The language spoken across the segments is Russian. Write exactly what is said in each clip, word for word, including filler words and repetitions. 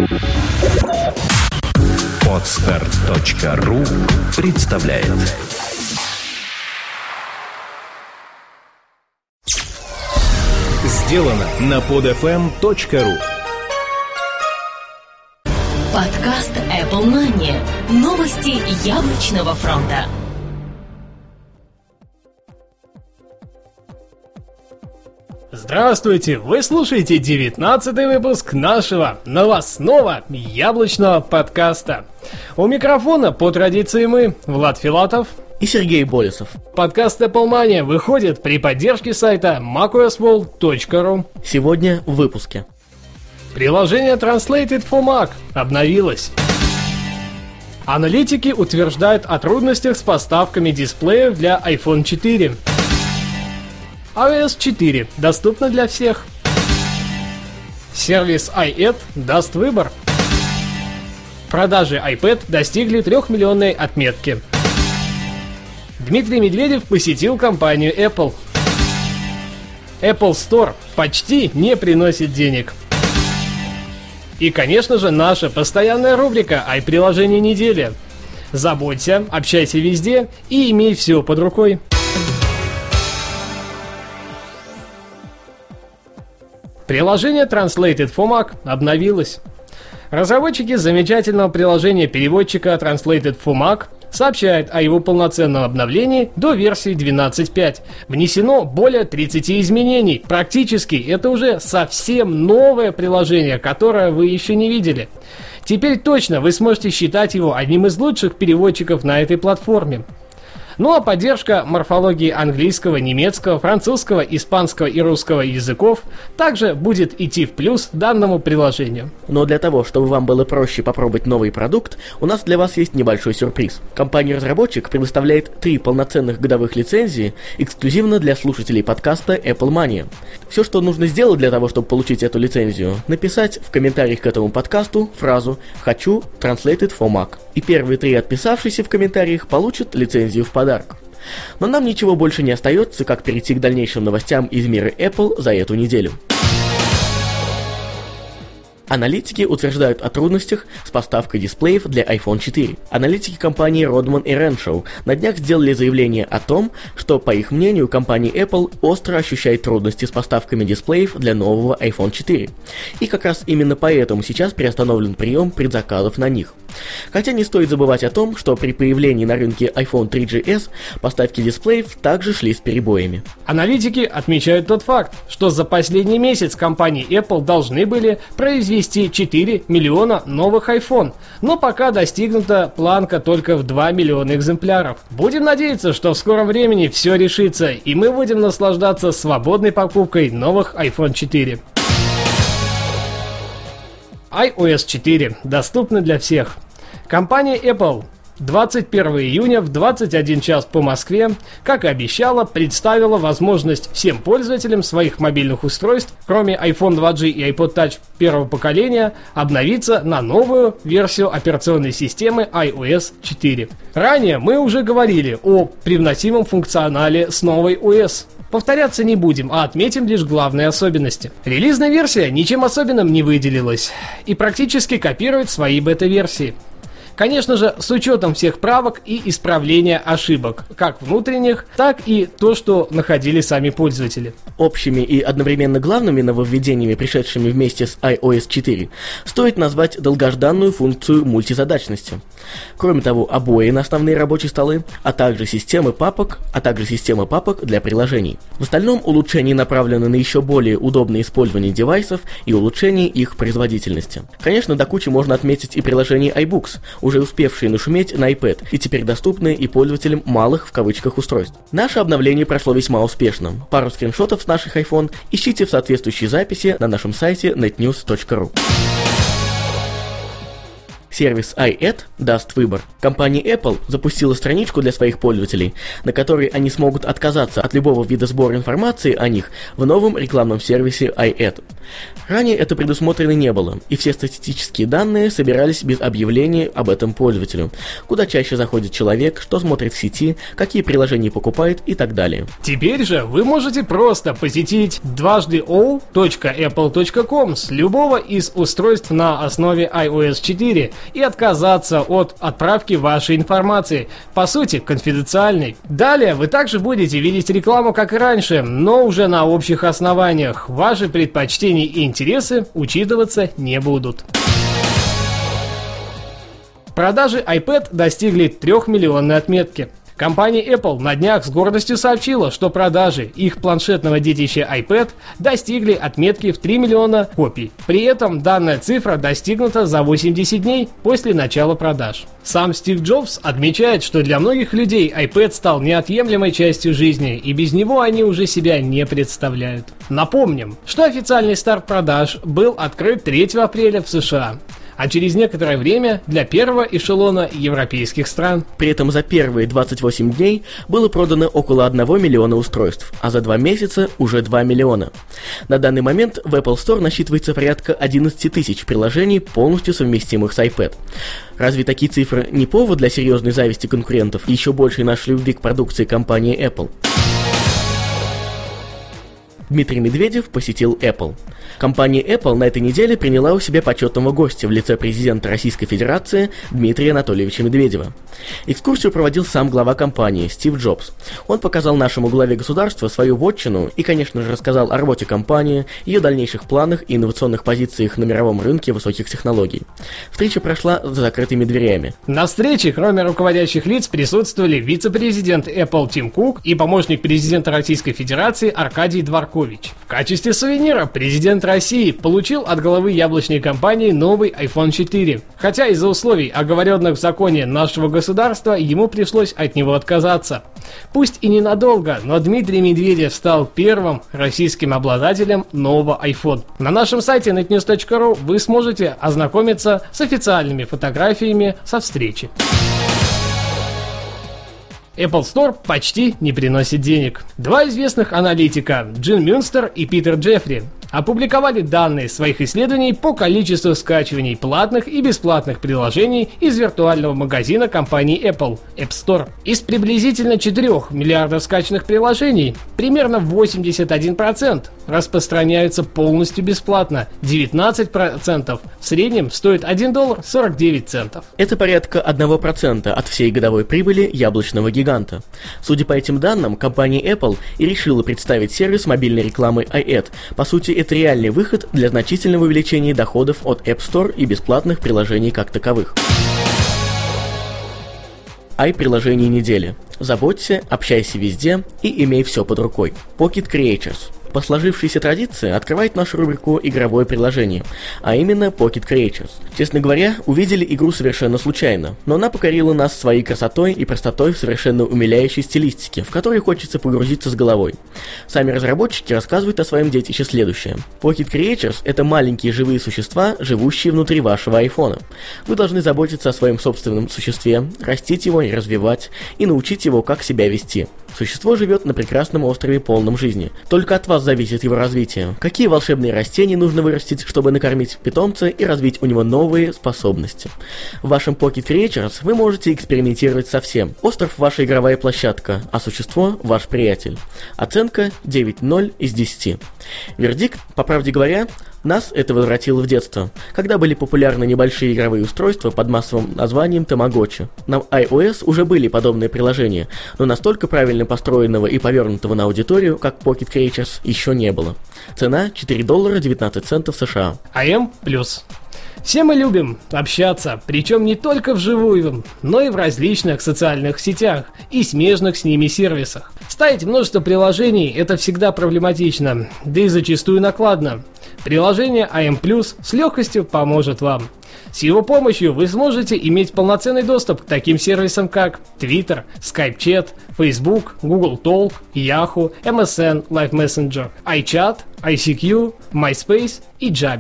Подстер точка ру представляет. Сделано на подэфэм точка ру. Подкаст Apple Money. Новости яблочного фронта. Здравствуйте! Вы слушаете девятнадцатый выпуск нашего новостного яблочного подкаста. У микрофона по традиции мы, Влад Филатов и Сергей Болесов. Подкаст Apple Money выходит при поддержке сайта мак о эс ворлд точка ру. Сегодня в выпуске. Приложение Translated for Mac обновилось. Аналитики утверждают о трудностях с поставками дисплеев для айфон четыре. ай о эс четыре доступно для всех. Сервис iAd даст выбор. Продажи iPad достигли трехмиллионной отметки. Дмитрий Медведев посетил компанию Apple. Apple Store почти не приносит денег. И, конечно же, наша постоянная рубрика «Ай-приложение недели». Заботься, общайся везде и имей все под рукой. Приложение Translated for Mac обновилось. Разработчики замечательного приложения-переводчика Translated for Mac сообщают о его полноценном обновлении до версии двенадцать точка пять. Внесено более тридцати изменений. Практически это уже совсем новое приложение, которое вы еще не видели. Теперь точно вы сможете считать его одним из лучших переводчиков на этой платформе. Ну а поддержка морфологии английского, немецкого, французского, испанского и русского языков также будет идти в плюс данному приложению. Но для того, чтобы вам было проще попробовать новый продукт, у нас для вас есть небольшой сюрприз. Компания-разработчик предоставляет три полноценных годовых лицензии эксклюзивно для слушателей подкаста Apple Money. Все, что нужно сделать для того, чтобы получить эту лицензию, написать в комментариях к этому подкасту фразу «Хочу Translated for Mac». И первые три отписавшиеся в комментариях получат лицензию в подарок. Но нам ничего больше не остается, как перейти к дальнейшим новостям из мира Apple за эту неделю. Аналитики утверждают о трудностях с поставкой дисплеев для айфон четыре. Аналитики компании Rodman и Renshaw на днях сделали заявление о том, что, по их мнению, компания Apple остро ощущает трудности с поставками дисплеев для нового айфон четыре. И как раз именно поэтому сейчас приостановлен прием предзаказов на них. Хотя не стоит забывать о том, что при появлении на рынке айфон три джи эс поставки дисплеев также шли с перебоями. Аналитики отмечают тот факт, что за последний месяц компании Apple должны были произвести четыре миллиона новых iPhone, но пока достигнута планка только в два миллиона экземпляров. Будем надеяться, что в скором времени все решится, и мы будем наслаждаться свободной покупкой новых айфон четыре. ай о эс четыре доступны для всех. Компания Apple двадцать первого июня в двадцать один час по Москве, как и обещала, представила возможность всем пользователям своих мобильных устройств, кроме айфон два джи и iPod Touch первого поколения, обновиться на новую версию операционной системы ай о эс четыре. Ранее мы уже говорили о привносимом функционале с новой о эс. Повторяться не будем, а отметим лишь главные особенности. Релизная версия ничем особенным не выделилась и практически копирует свои бета-версии. Конечно же, с учетом всех правок и исправления ошибок, как внутренних, так и то, что находили сами пользователи. Общими и одновременно главными нововведениями, пришедшими вместе с ай о эс четыре, стоит назвать долгожданную функцию мультизадачности. Кроме того, обои на основные рабочие столы, а также системы папок, а также системы папок для приложений. В остальном улучшения направлены на еще более удобное использование девайсов и улучшение их производительности. Конечно, до кучи можно отметить и приложение iBooks, уже успевшие нашуметь на iPad и теперь доступные и пользователям малых в кавычках устройств. Наше обновление прошло весьма успешно. Пару скриншотов с наших iPhone ищите в соответствующей записи на нашем сайте нетньюс точка ру. сервис iAd даст выбор. Компания Apple запустила страничку для своих пользователей, на которой они смогут отказаться от любого вида сбора информации о них в новом рекламном сервисе iAd. Ранее это предусмотрено не было, и все статистические данные собирались без объявления об этом пользователю, куда чаще заходит человек, что смотрит в сети, какие приложения покупает и так далее. Теперь же вы можете просто посетить дважды о точка эпл точка ком с любого из устройств на основе ай о эс четыре и отказаться от отправки вашей информации, по сути конфиденциальной. Далее вы также будете видеть рекламу как и раньше, но уже на общих основаниях. Ваши предпочтения и интересы учитываться не будут. Продажи iPad достигли трехмиллионной отметки. Компания Apple на днях с гордостью сообщила, что продажи их планшетного детища iPad достигли отметки в три миллиона копий. При этом данная цифра достигнута за восемьдесят дней после начала продаж. Сам Стив Джобс отмечает, что для многих людей iPad стал неотъемлемой частью жизни, и без него они уже себя не представляют. Напомним, что официальный старт продаж был открыт третьего апреля в США. А через некоторое время для первого эшелона европейских стран. При этом за первые двадцать восемь дней было продано около одного миллиона устройств, а за два месяца уже два миллиона. На данный момент в Apple Store насчитывается порядка одиннадцать тысяч приложений, полностью совместимых с iPad. Разве такие цифры не повод для серьезной зависти конкурентов и еще большей нашей любви к продукции компании Apple? Дмитрий Медведев посетил Apple. Компания Apple на этой неделе приняла у себя почетного гостя в лице президента Российской Федерации Дмитрия Анатольевича Медведева. Экскурсию проводил сам глава компании Стив Джобс. Он показал нашему главе государства свою вотчину и, конечно же, рассказал о работе компании, ее дальнейших планах и инновационных позициях на мировом рынке высоких технологий. Встреча прошла за закрытыми дверями. На встрече, кроме руководящих лиц, присутствовали вице-президент Apple Тим Кук и помощник президента Российской Федерации Аркадий Дворкович. В качестве сувенира президент России получил от главы яблочной компании новый айфон четыре. Хотя из-за условий, оговоренных в законе нашего государства, ему пришлось от него отказаться. Пусть и ненадолго, но Дмитрий Медведев стал первым российским обладателем нового iPhone. На нашем сайте нет ньюс точка ру вы сможете ознакомиться с официальными фотографиями со встречи. Apple Store почти не приносит денег. Два известных аналитика, Джин Мюнстер и Питер Джеффри, опубликовали данные своих исследований по количеству скачиваний платных и бесплатных приложений из виртуального магазина компании Apple, App Store. Из приблизительно четырёх миллиардов скачанных приложений, примерно восемьдесят один процент распространяются полностью бесплатно, девятнадцать процентов в среднем стоит один доллар сорок девять центов. Это порядка один процент от всей годовой прибыли яблочного гиганта. Судя по этим данным, компания Apple и решила представить сервис мобильной рекламы iAd. По сути, это реальный выход для значительного увеличения доходов от App Store и бесплатных приложений как таковых. i-приложение недели. Заботься, общайся везде и имей все под рукой. Pocket Creators. По сложившейся традиции открывает нашу рубрику «Игровое приложение», а именно Pocket Creators. Честно говоря, увидели игру совершенно случайно, но она покорила нас своей красотой и простотой в совершенно умиляющей стилистике, в которой хочется погрузиться с головой. Сами разработчики рассказывают о своем детище следующее. Pocket Creators — это маленькие живые существа, живущие внутри вашего айфона. Вы должны заботиться о своем собственном существе, растить его и развивать, и научить его, как себя вести. Существо живет на прекрасном острове, полном жизни. Только от вас зависит его развитие. Какие волшебные растения нужно вырастить, чтобы накормить питомца и развить у него новые способности. В вашем Pocket Creators вы можете экспериментировать со всем. Остров — ваша игровая площадка, а существо — ваш приятель. Оценка девять ноль из десяти. Вердикт, по правде говоря, нас это возвратило в детство, когда были популярны небольшие игровые устройства под массовым названием Тамагочи. На iOS уже были подобные приложения, но настолько правильно построенного и повернутого на аудиторию, как Pocket Creators, еще не было. Цена четыре доллара девятнадцать центов США. АМ плюс. Все мы любим общаться, причем не только вживую, но и в различных социальных сетях и смежных с ними сервисах. Ставить множество приложений – это всегда проблематично, да и зачастую накладно. Приложение АМ плюс с легкостью поможет вам. С его помощью вы сможете иметь полноценный доступ к таким сервисам, как Twitter, Skype Chat, Facebook, Google Talk, Yahoo, эм эс эн, Live Messenger, iChat, ай си кью, MySpace и Jabber.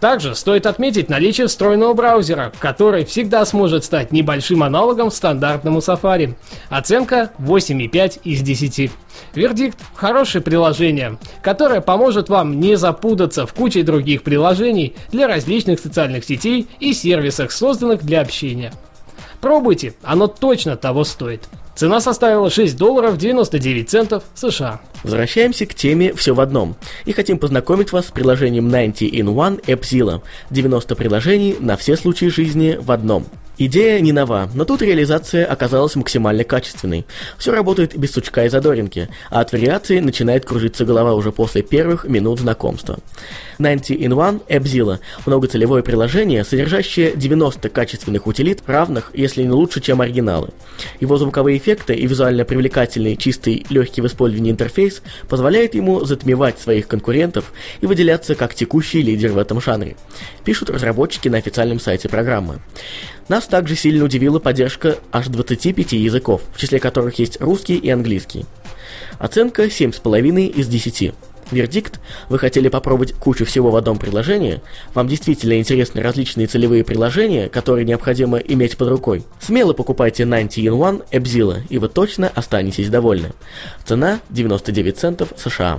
Также стоит отметить наличие встроенного браузера, который всегда сможет стать небольшим аналогом стандартному Safari. Оценка восемь и пять из десяти. Вердикт – хорошее приложение, которое поможет вам не запутаться в куче других приложений для различных социальных сетей и сервисах, созданных для общения. Пробуйте, оно точно того стоит. Цена составила шесть долларов девяносто девять центов США. Возвращаемся к теме «Все в одном» и хотим познакомить вас с приложением девяносто in one AppZilla. девяносто приложений на все случаи жизни в одном. Идея не нова, но тут реализация оказалась максимально качественной. Все работает без сучка и задоринки, а от вариации начинает кружиться голова уже после первых минут знакомства. девяносто in one AppZilla – многоцелевое приложение, содержащее девяносто качественных утилит, равных, если не лучше, чем оригиналы. Его звуковые эффекты и визуально привлекательный, чистый, легкий в использовании интерфейс позволяет ему затмевать своих конкурентов и выделяться как текущий лидер в этом жанре, пишут разработчики на официальном сайте программы. Нас также сильно удивила поддержка аж двадцати пяти языков, в числе которых есть русский и английский. Оценка семь и пять из десяти. Вердикт: вы хотели попробовать кучу всего в одном приложении? Вам действительно интересны различные целевые приложения, которые необходимо иметь под рукой? Смело покупайте девяносто in one AppZilla, и вы точно останетесь довольны. Цена девяносто девять центов США.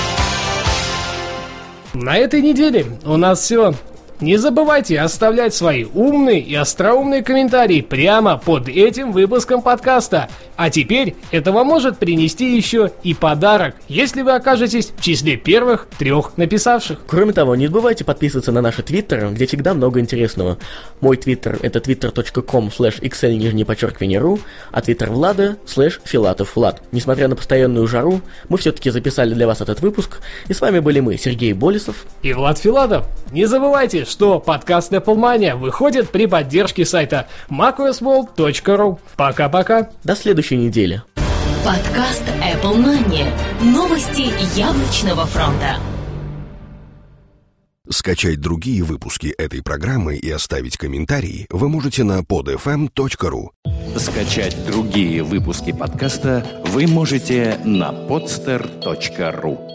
На этой неделе у нас все. Не забывайте оставлять свои умные и остроумные комментарии прямо под этим выпуском подкаста. А теперь этого может принести еще и подарок, если вы окажетесь в числе первых трех написавших. Кроме того, не забывайте подписываться на наши твиттеры, где всегда много интересного. Мой твиттер — это twitter.com slash xl нижнее подчеркивание ру, а твиттер Влада слэш Филатов Влад. Несмотря на постоянную жару, мы все-таки записали для вас этот выпуск, и с вами были мы, Сергей Болесов и Влад Филатов. Не забывайте, что подкаст Apple Mania выходит при поддержке сайта macosworld точка ру. Пока-пока. До следующей недели. Подкаст Apple Mania. Новости яблочного фронта. Скачать другие выпуски этой программы и оставить комментарии вы можете на под эф эм точка ру. Скачать другие выпуски подкаста вы можете на подстер точка ру.